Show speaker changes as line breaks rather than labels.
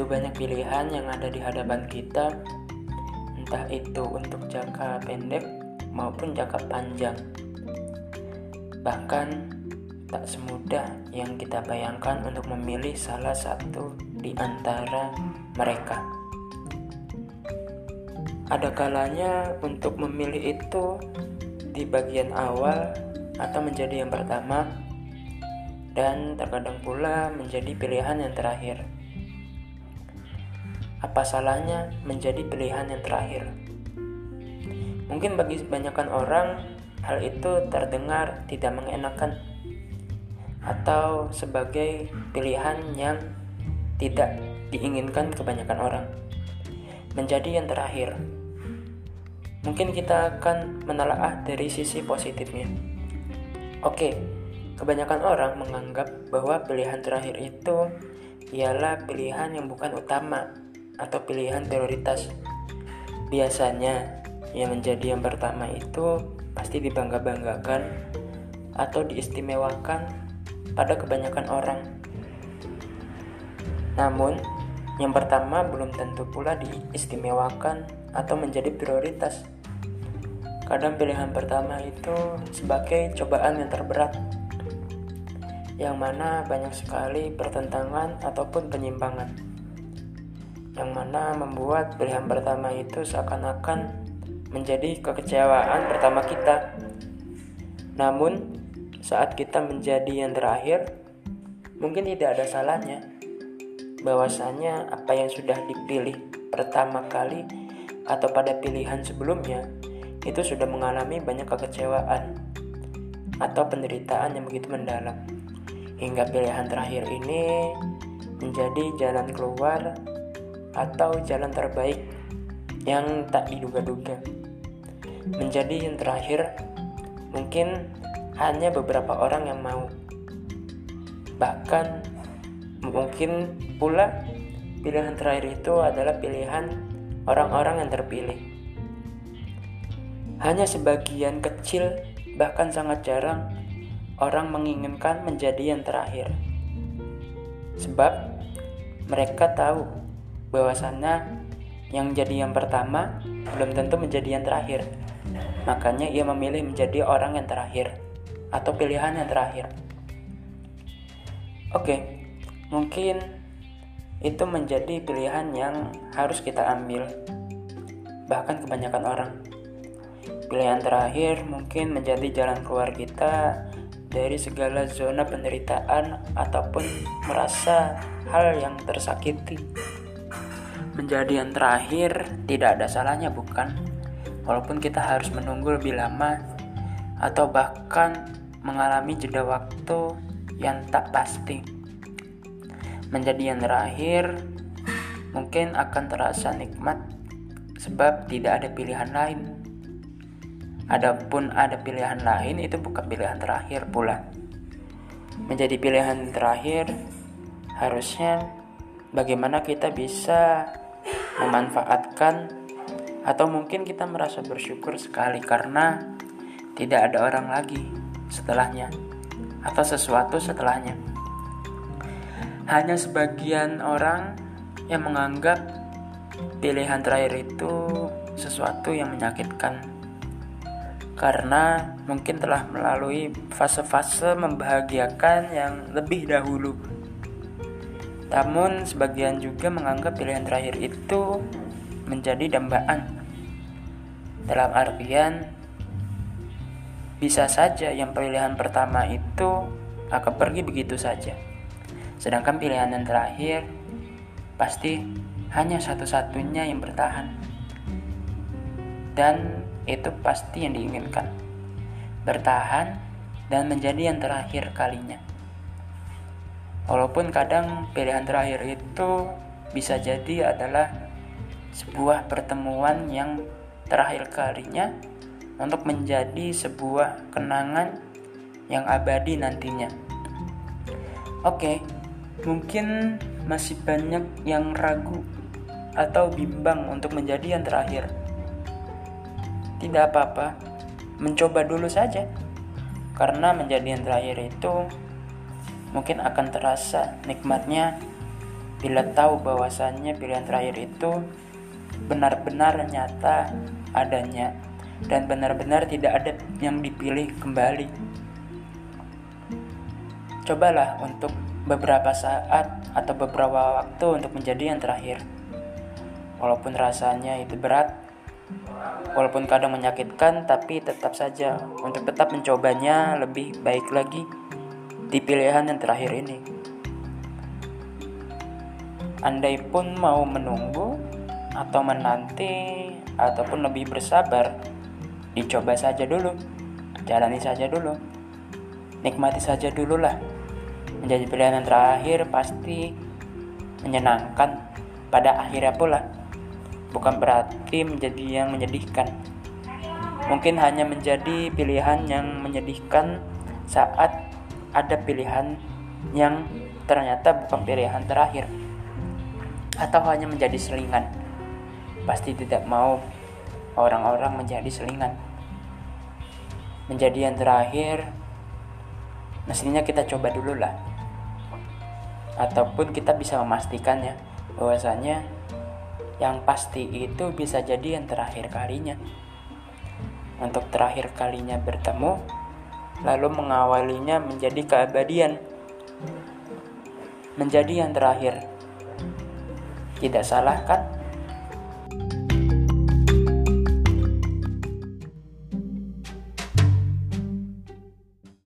banyak pilihan yang ada di hadapan kita, entah itu untuk jangka pendek maupun jangka panjang. Bahkan tak semudah yang kita bayangkan untuk memilih salah satu di antara mereka. Ada kalanya untuk memilih itu di bagian awal atau menjadi yang pertama, dan terkadang pula menjadi pilihan yang terakhir. Apa salahnya menjadi pilihan yang terakhir? Mungkin bagi kebanyakan orang hal itu terdengar tidak mengenakan atau sebagai pilihan yang tidak diinginkan kebanyakan orang. Menjadi yang terakhir. Mungkin kita akan menelaah dari sisi positifnya. Oke, kebanyakan orang menganggap bahwa pilihan terakhir itu ialah pilihan yang bukan utama atau pilihan prioritas. Biasanya yang menjadi yang pertama itu pasti dibangga-banggakan atau diistimewakan pada kebanyakan orang. Namun, yang pertama belum tentu pula diistimewakan atau menjadi prioritas. Kadang pilihan pertama itu sebagai cobaan yang terberat, yang mana banyak sekali pertentangan ataupun penyimpangan, yang mana membuat pilihan pertama itu seakan-akan menjadi kekecewaan pertama kita. Namun, saat kita menjadi yang terakhir, mungkin tidak ada salahnya bahwasanya apa yang sudah dipilih pertama kali atau pada pilihan sebelumnya itu sudah mengalami banyak kekecewaan atau penderitaan yang begitu mendalam, hingga pilihan terakhir ini menjadi jalan keluar atau jalan terbaik yang tak diduga-duga. Menjadi yang terakhir mungkin hanya beberapa orang yang mau. Bahkan mungkin pula pilihan terakhir itu adalah pilihan orang-orang yang terpilih. Hanya sebagian kecil, bahkan sangat jarang, orang menginginkan menjadi yang terakhir. Sebab mereka tahu bahwasannya yang jadi yang pertama belum tentu menjadi yang terakhir. Makanya ia memilih menjadi orang yang terakhir atau pilihan yang terakhir. Oke. Mungkin itu menjadi pilihan yang harus kita ambil. Bahkan kebanyakan orang. Pilihan terakhir mungkin menjadi jalan keluar kita dari segala zona penderitaan ataupun merasa hal yang tersakiti. Menjadi yang terakhir tidak ada salahnya, bukan? Walaupun kita harus menunggu lebih lama atau bahkan mengalami jeda waktu yang tak pasti. Menjadi yang terakhir mungkin akan terasa nikmat sebab tidak ada pilihan lain. Adapun ada pilihan lain, itu bukan pilihan terakhir pula. Menjadi pilihan terakhir harusnya bagaimana kita bisa memanfaatkan atau mungkin kita merasa bersyukur sekali karena tidak ada orang lagi setelahnya atau sesuatu setelahnya. Hanya sebagian orang yang menganggap pilihan terakhir itu sesuatu yang menyakitkan karena mungkin telah melalui fase-fase membahagiakan yang lebih dahulu. Namun sebagian juga menganggap pilihan terakhir itu menjadi dambaan. Dalam artian bisa saja yang pilihan pertama itu akan pergi begitu saja. Sedangkan pilihan yang terakhir pasti hanya satu-satunya yang bertahan. Dan itu pasti yang diinginkan. Bertahan dan menjadi yang terakhir kalinya. Walaupun kadang pilihan terakhir itu bisa jadi adalah sebuah pertemuan yang terakhir kalinya untuk menjadi sebuah kenangan yang abadi nantinya. Oke. Mungkin masih banyak yang ragu atau bimbang untuk menjadi yang terakhir. Tidak apa-apa, mencoba dulu saja. Karena menjadi yang terakhir itu mungkin akan terasa nikmatnya bila tahu bahwasannya pilihan terakhir itu benar-benar nyata adanya dan benar-benar tidak ada yang dipilih kembali. Cobalah untuk beberapa saat atau beberapa waktu untuk menjadi yang terakhir. Walaupun rasanya itu berat, walaupun kadang menyakitkan, tapi tetap saja untuk tetap mencobanya lebih baik lagi di pilihan yang terakhir ini. Andai pun mau menunggu atau menanti ataupun lebih bersabar, dicoba saja dulu, jalani saja dulu, nikmati saja dulu lah. Menjadi pilihan yang terakhir pasti menyenangkan pada akhirnya pula, bukan berarti menjadi yang menyedihkan. Mungkin hanya menjadi pilihan yang menyedihkan saat ada pilihan yang ternyata bukan pilihan terakhir, atau hanya menjadi selingan. Pasti tidak mau orang-orang menjadi selingan. Menjadi yang terakhir mestinya kita coba dulu lah, ataupun kita bisa memastikannya bahwasanya yang pasti itu bisa jadi yang terakhir kalinya. Untuk terakhir kalinya bertemu, lalu mengawalinya menjadi keabadian, menjadi yang terakhir. Tidak salah kan?